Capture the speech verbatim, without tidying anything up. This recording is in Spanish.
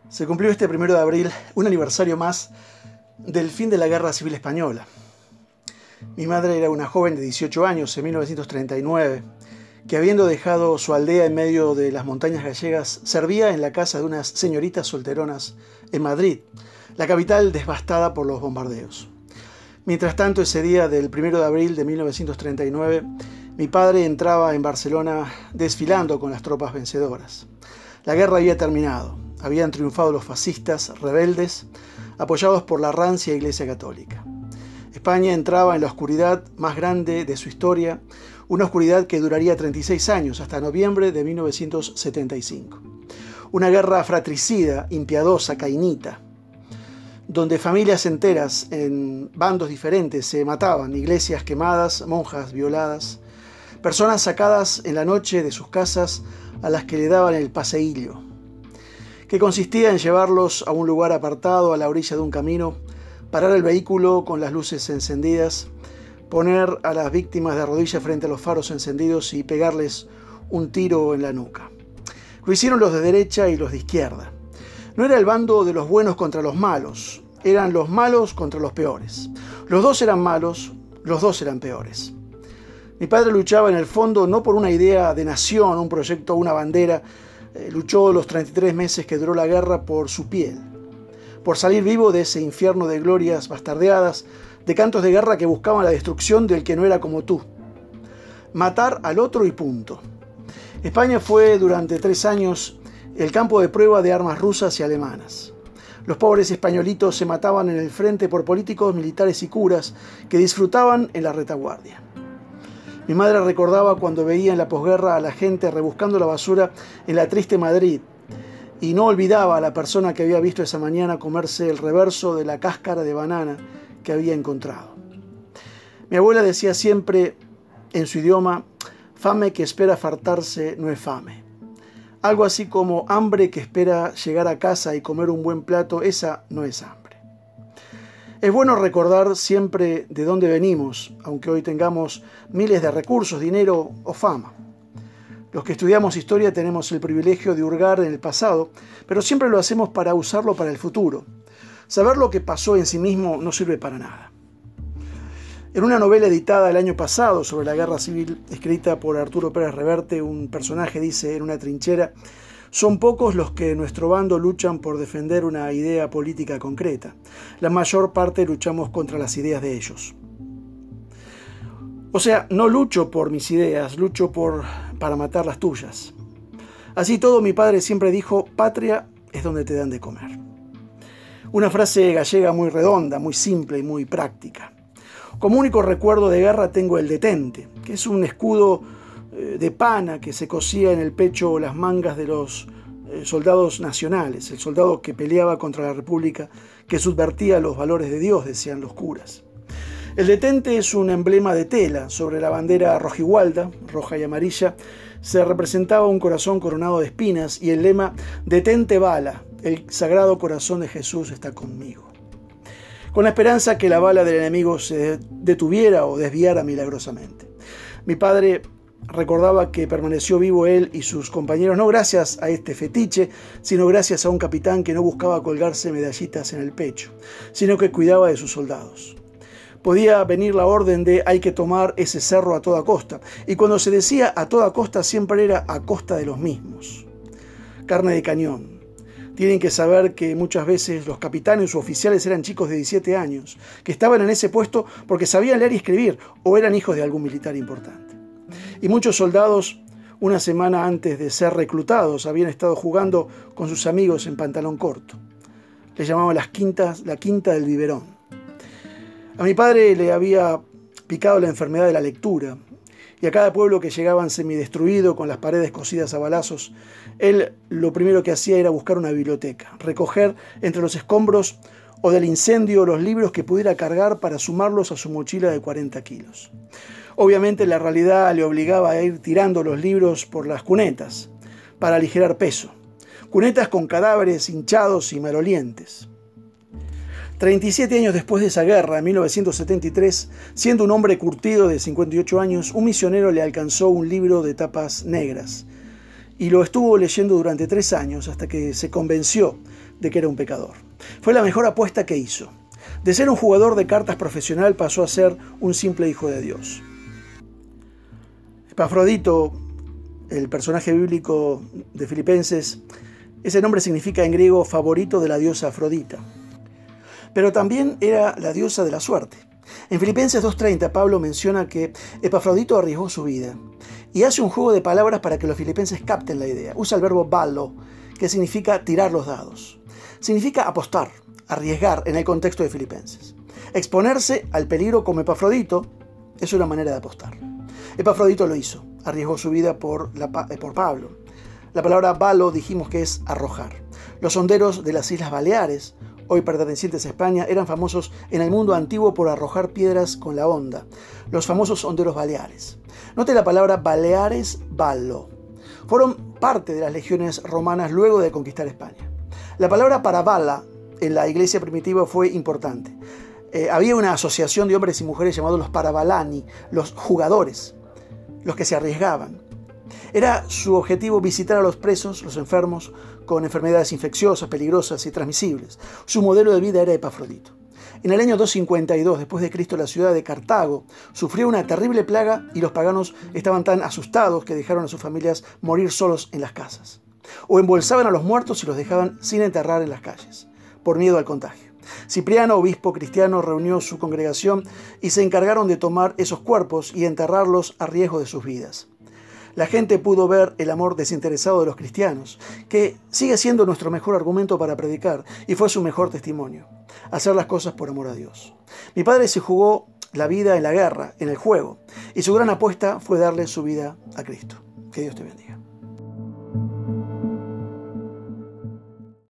Se cumplió este primero de abril un aniversario más del fin de la Guerra Civil Española. Mi madre era una joven de dieciocho años en mil novecientos treinta y nueve, que habiendo dejado su aldea en medio de las montañas gallegas, servía en la casa de unas señoritas solteronas en Madrid, la capital devastada por los bombardeos. Mientras tanto, ese día del primero de abril de mil novecientos treinta y nueve, mi padre entraba en Barcelona desfilando con las tropas vencedoras. La guerra había terminado. Habían triunfado los fascistas rebeldes, apoyados por la rancia Iglesia Católica. España entraba en la oscuridad más grande de su historia, una oscuridad que duraría treinta y seis años, hasta noviembre de mil novecientos setenta y cinco. Una guerra fratricida, impiadosa, cainita, donde familias enteras en bandos diferentes se mataban, iglesias quemadas, monjas violadas, personas sacadas en la noche de sus casas a las que le daban el paseillo, que consistía en llevarlos a un lugar apartado a la orilla de un camino, parar el vehículo con las luces encendidas, poner a las víctimas de rodillas frente a los faros encendidos y pegarles un tiro en la nuca. Lo hicieron los de derecha y los de izquierda. No era el bando de los buenos contra los malos, eran los malos contra los peores. Los dos eran malos, los dos eran peores. Mi padre luchaba en el fondo no por una idea de nación, un proyecto, una bandera. Eh, luchó los treinta y tres meses que duró la guerra por su piel, por salir vivo de ese infierno de glorias bastardeadas, de cantos de guerra que buscaban la destrucción del que no era como tú. Matar al otro y punto. España fue durante tres años el campo de prueba de armas rusas y alemanas. Los pobres españolitos se mataban en el frente por políticos, militares y curas que disfrutaban en la retaguardia. Mi madre recordaba cuando veía en la posguerra a la gente rebuscando la basura en la triste Madrid y no olvidaba a la persona que había visto esa mañana comerse el reverso de la cáscara de banana que había encontrado. Mi abuela decía siempre en su idioma: fame que espera fartarse no es fame. Algo así como hambre que espera llegar a casa y comer un buen plato, esa no es hambre. Es bueno recordar siempre de dónde venimos, aunque hoy tengamos miles de recursos, dinero o fama. Los que estudiamos historia tenemos el privilegio de hurgar en el pasado, pero siempre lo hacemos para usarlo para el futuro. Saber lo que pasó en sí mismo no sirve para nada. En una novela editada el año pasado sobre la guerra civil, escrita por Arturo Pérez Reverte, un personaje dice en una trinchera: son pocos los que en nuestro bando luchan por defender una idea política concreta. La mayor parte luchamos contra las ideas de ellos. O sea, no lucho por mis ideas, lucho por, para matar las tuyas. Así todo, mi padre siempre dijo: patria es donde te dan de comer. Una frase gallega muy redonda, muy simple y muy práctica. Como único recuerdo de guerra tengo el detente, que es un escudo de pana que se cosía en el pecho o las mangas de los soldados nacionales, el soldado que peleaba contra la República, que subvertía los valores de Dios, decían los curas. El detente es un emblema de tela. Sobre la bandera rojigualda, roja y amarilla, se representaba un corazón coronado de espinas y el lema: detente bala, el sagrado corazón de Jesús está conmigo. Con la esperanza que la bala del enemigo se detuviera o desviara milagrosamente. Mi padre recordaba que permaneció vivo él y sus compañeros no gracias a este fetiche, sino gracias a un capitán que no buscaba colgarse medallitas en el pecho, sino que cuidaba de sus soldados. Podía venir la orden de hay que tomar ese cerro a toda costa, y cuando se decía a toda costa siempre era a costa de los mismos. Carne de cañón. Tienen que saber que muchas veces los capitanes u oficiales eran chicos de diecisiete años, que estaban en ese puesto porque sabían leer y escribir o eran hijos de algún militar importante. Y muchos soldados, una semana antes de ser reclutados, habían estado jugando con sus amigos en pantalón corto. Les llamaban las quintas, la quinta del biberón. A mi padre le había picado la enfermedad de la lectura, y a cada pueblo que llegaban semidestruido, con las paredes cosidas a balazos, él lo primero que hacía era buscar una biblioteca, recoger entre los escombros o del incendio los libros que pudiera cargar para sumarlos a su mochila de cuarenta kilos. Obviamente la realidad le obligaba a ir tirando los libros por las cunetas para aligerar peso. Cunetas con cadáveres hinchados y malolientes. treinta y siete años después de esa guerra, en mil novecientos setenta y tres, siendo un hombre curtido de cincuenta y ocho años, un misionero le alcanzó un libro de tapas negras y lo estuvo leyendo durante tres años hasta que se convenció de que era un pecador. Fue la mejor apuesta que hizo. De ser un jugador de cartas profesional pasó a ser un simple hijo de Dios. Epafrodito, el personaje bíblico de Filipenses, ese nombre significa en griego favorito de la diosa Afrodita. Pero también era la diosa de la suerte. En Filipenses dos treinta, Pablo menciona que Epafrodito arriesgó su vida y hace un juego de palabras para que los filipenses capten la idea. Usa el verbo ballo, que significa tirar los dados. Significa apostar, arriesgar en el contexto de Filipenses. Exponerse al peligro como Epafrodito es una manera de apostar. Epafrodito lo hizo, arriesgó su vida por, la, por Pablo. La palabra ballo dijimos que es arrojar. Los honderos de las Islas Baleares, hoy pertenecientes a España, eran famosos en el mundo antiguo por arrojar piedras con la honda, los famosos honderos baleares. Note la palabra Baleares, ballo. Fueron parte de las legiones romanas luego de conquistar España. La palabra para bala en la iglesia primitiva fue importante. Eh, había una asociación de hombres y mujeres llamados los parabalani, los jugadores, los que se arriesgaban. Era su objetivo visitar a los presos, los enfermos, con enfermedades infecciosas, peligrosas y transmisibles. Su modelo de vida era Epafrodito. En el año doscientos cincuenta y dos después de Cristo, la ciudad de Cartago sufrió una terrible plaga y los paganos estaban tan asustados que dejaron a sus familias morir solos en las casas. O embolsaban a los muertos y los dejaban sin enterrar en las calles, por miedo al contagio. Cipriano, obispo cristiano, reunió su congregación y se encargaron de tomar esos cuerpos y enterrarlos a riesgo de sus vidas. La gente pudo ver el amor desinteresado de los cristianos, que sigue siendo nuestro mejor argumento para predicar y fue su mejor testimonio, hacer las cosas por amor a Dios. Mi padre se jugó la vida en la guerra, en el juego, y su gran apuesta fue darle su vida a Cristo. Que Dios te bendiga.